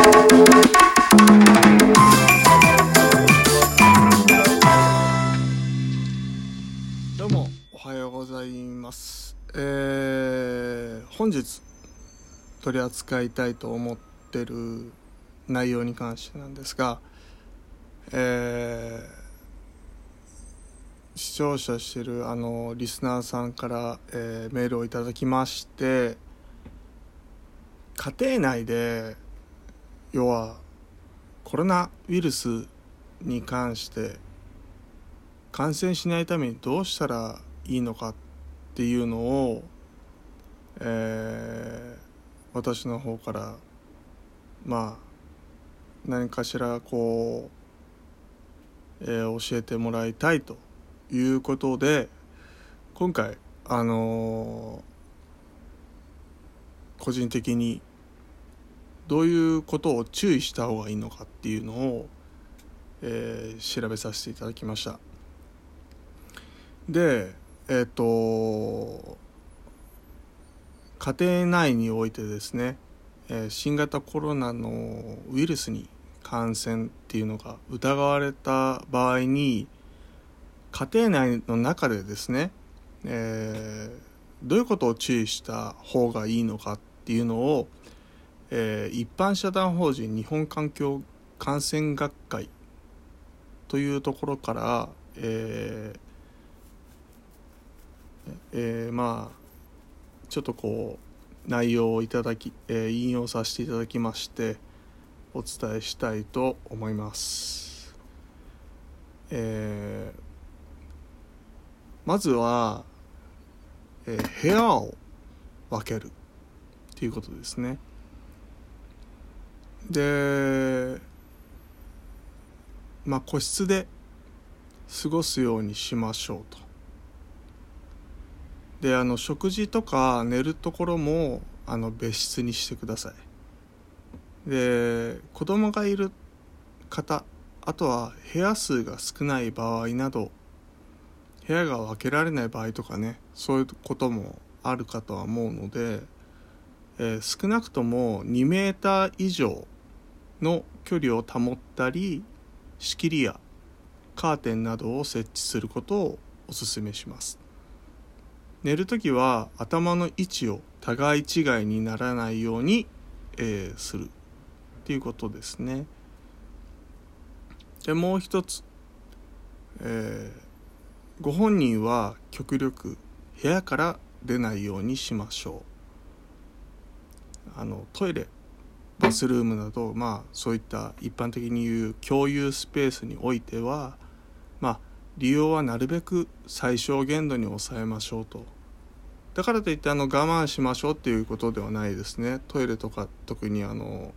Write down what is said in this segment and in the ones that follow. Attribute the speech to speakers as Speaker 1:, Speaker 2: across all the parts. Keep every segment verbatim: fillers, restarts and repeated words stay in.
Speaker 1: どうもおはようございます。えー、本日取り扱いたいと思ってる内容に関してなんですが、えー、視聴者してるあのリスナーさんから、えー、メールをいただきまして、家庭内で要はコロナウイルスに関して感染しないためにどうしたらいいのかっていうのを、えー、私の方からまあ何かしらこう、えー、教えてもらいたいということで、今回あのー、個人的にどういうことを注意した方がいいのかっていうのを、えー、調べさせていただきました。で、えっと家庭内においてですね、えー、新型コロナのウイルスに感染っていうのが疑われた場合に、家庭内の中でですね、えー、どういうことを注意した方がいいのかっていうのを、えー、一般社団法人日本環境感染学会というところから、えーえー、まあちょっとこう内容をいただき、えー、引用させていただきましてお伝えしたいと思います。えー、まずは、えー、部屋を分けるっていうことですね。で、まあ個室で過ごすようにしましょうと。で、あの食事とか寝るところもあの別室にしてください。で、子供がいる方、あとは部屋数が少ない場合など、部屋が分けられない場合とかね、そういうこともあるかとは思うので、えー、少なくともにメーター以上の距離を保ったり、仕切りやカーテンなどを設置することをお勧めします。寝るときは頭の位置を互い違いにならないように、えー、するっていうことですね。で、もう一つ、えー、ご本人は極力部屋から出ないようにしましょう。あのトイレ、バスルームなど、まあそういった一般的に言う共有スペースにおいては、まあ利用はなるべく最小限度に抑えましょうと。だからといってあの我慢しましょうっていうことではないですね。トイレとか特にあの、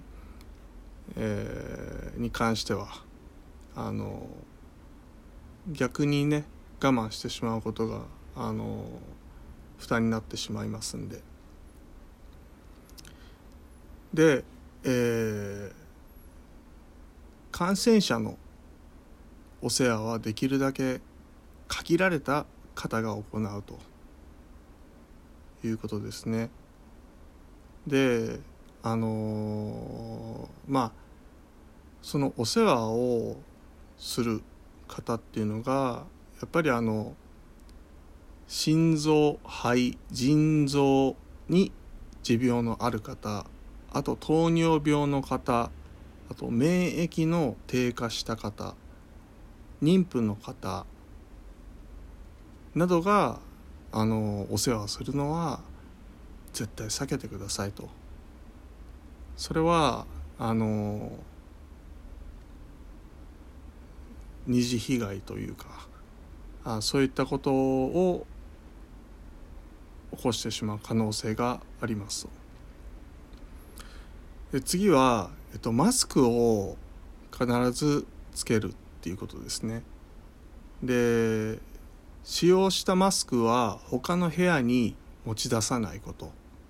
Speaker 1: えー、に関してはあの逆にね我慢してしまうことがあの負担になってしまいますんで。で、えー、感染者のお世話はできるだけ限られた方が行うということですね。で、あのー、まあそのお世話をする方っていうのがやっぱりあの心臓、肺、腎臓に持病のある方、あと糖尿病の方、あと免疫の低下した方、妊婦の方などがあのお世話をするのは絶対避けてくださいと。それはあの二次被害というか、あそういったことを起こしてしまう可能性があります。で、次は、えっと、マスクを必ずつけるっていうことですね。で、使用したマスクは他の部屋に持ち出さないこと。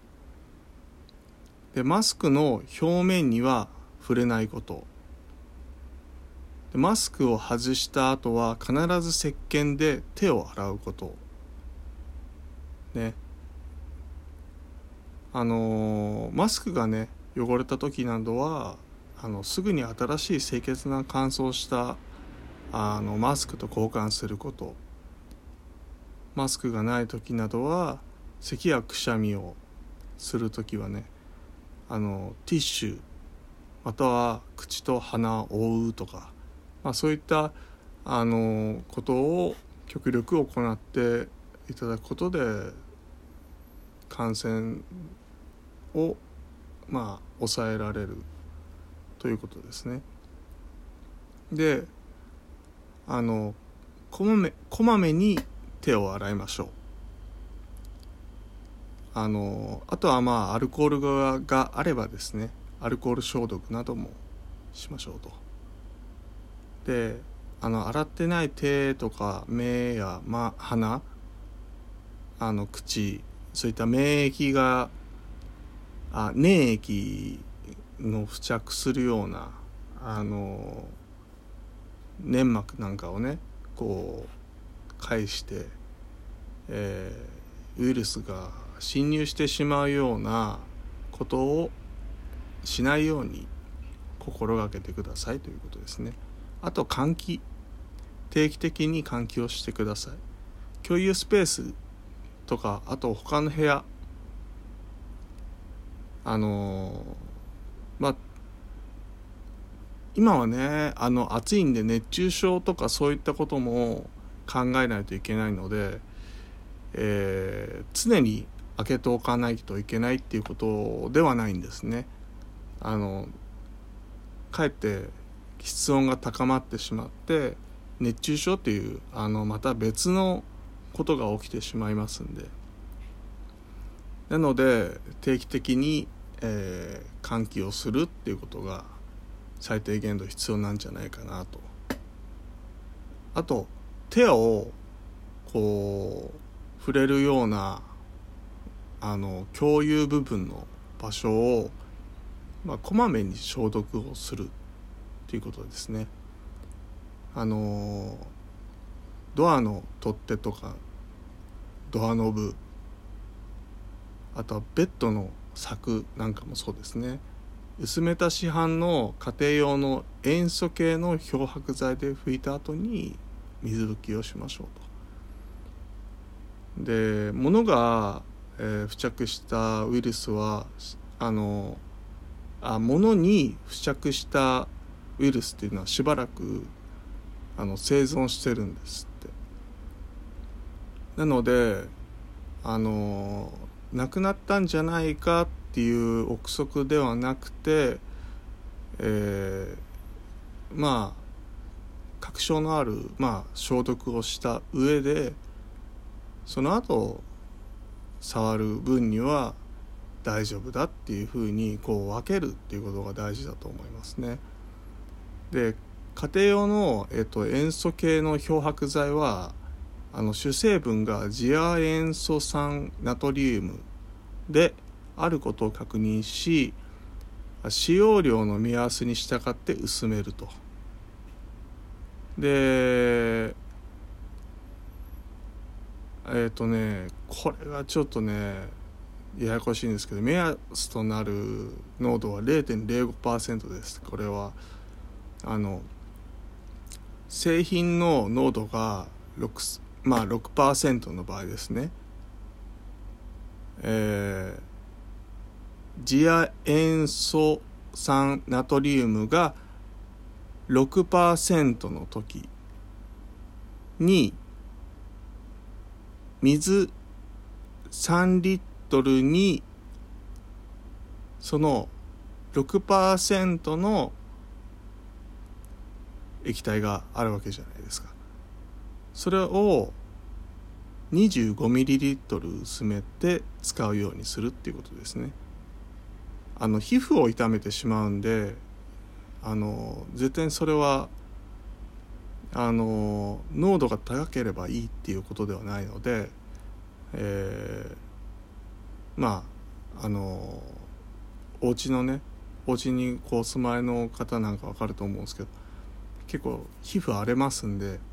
Speaker 1: で、マスクの表面には触れないこと。で、マスクを外した後は必ず石鹸で手を洗うこと。ね。あのー、マスクがね、汚れた時などはあのすぐに新しい清潔な乾燥したあのマスクと交換すること、マスクがない時などは咳やくしゃみをする時はね、あのティッシュまたは口と鼻を覆うとか、まあ、そういったあのことを極力行っていただくことで感染をまあ抑えられるということですね。で、あのこまめこまめに手を洗いましょう。あのあとはまあアルコールが、があればですね、アルコール消毒などもしましょうと。で、あの洗ってない手とか目や、ま、鼻、あの口、そういった免疫があ粘液の付着するようなあの粘膜なんかをねこう介して、えー、ウイルスが侵入してしまうようなことをしないように心がけてくださいということですね。あと換気、定期的に換気をしてください。共有スペースとか、あと他の部屋、あのまあ今はねあの暑いんで熱中症とかそういったことも考えないといけないので、えー、常に開けておかないといけないっていうことではないんですね。あのかえって室温が高まってしまって熱中症っていうあのまた別のことが起きてしまいますんで、なので定期的に、えー、換気をするっていうことが最低限度必要なんじゃないかなと。あと手をこう触れるようなあの共有部分の場所を、まあ、こまめに消毒をするということですね。あのドアの取っ手とかドアノブ、あとはベッドの柵なんかもそうですね。薄めた市販の家庭用の塩素系の漂白剤で拭いた後に水拭きをしましょうと。で、物が、えー、付着したウイルスはあのあ物に付着したウイルスっていうのはしばらくあの生存してるんですって。なのであの亡くなったんじゃないかっていう憶測ではなくて、えー、まあ確証のある、まあ、消毒をした上でその後触る分には大丈夫だっていうふうにこう分けるっていうことが大事だと思いますね。で、家庭用の、えっと、塩素系の漂白剤はあの主成分が次亜塩素酸ナトリウムであることを確認し、使用量の目安に従って薄めると。で、えっとねこれがちょっとねややこしいんですけど、目安となる濃度は れいてんれいごパーセント です。これはあの製品の濃度が6、まあ、ろくパーセントの場合ですね、えー、次亜塩素酸ナトリウムが ろくパーセント の時に水さんリットルにその ろくパーセント の液体があるわけじゃないですか。それを にじゅうごミリリットル 薄めて使うようにするっていうことですね。あの皮膚を傷めてしまうんで、あの絶対にそれはあの濃度が高ければいいっていうことではないので、えー、まああのお家のねお家にこう住まいの方なんかわかると思うんですけど、結構皮膚荒れますんで、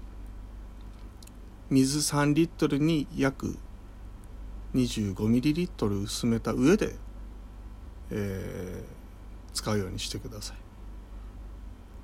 Speaker 1: 水さんリットルに約 にじゅうごミリリットル 薄めた上で、えー、使うようにしてください。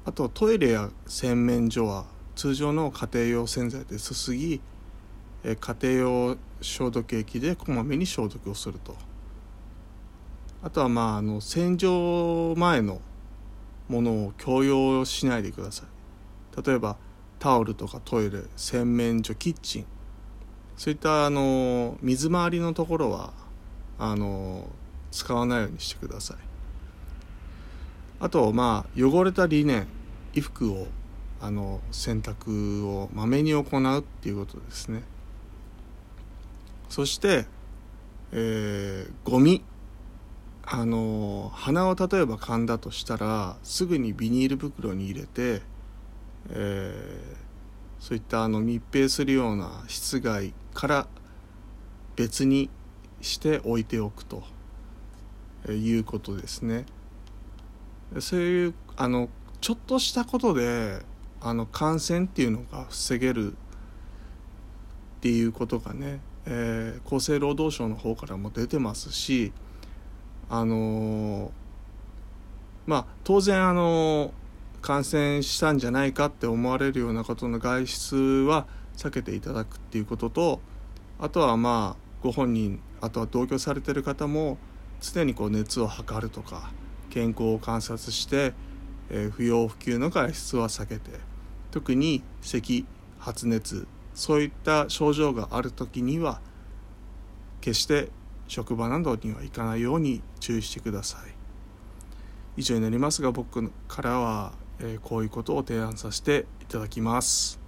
Speaker 1: あとトイレや洗面所は通常の家庭用洗剤ですすぎ、え家庭用消毒液でこまめに消毒をすると。あとはまああの洗浄前のものを共用しないでください。例えばタオルとかトイレ、洗面所、キッチン、そういったあの水回りのところはあの使わないようにしてください。あとまあ汚れたリネン、衣服をあの洗濯をまめに行うっていうことですね。そして、えー、ゴミ、あの鼻を例えば噛んだとしたらすぐにビニール袋に入れて、えー、そういったあの密閉するような室外から別にして置いておくということですね。そういうあのちょっとしたことであの感染っていうのが防げるっていうことがね、えー、厚生労働省の方からも出てますし、あのー、まあ当然あのー、感染したんじゃないかって思われるようなことの外出は避けていただくっていうことと、あとはまあご本人、あとは同居されている方も常にこう熱を測るとか健康を観察して、えー、不要不急の外出は避けて、特に咳、発熱、そういった症状があるときには決して職場などには行かないように注意してください。以上になりますが、僕からは、えー、こういうことを提案させていただきます。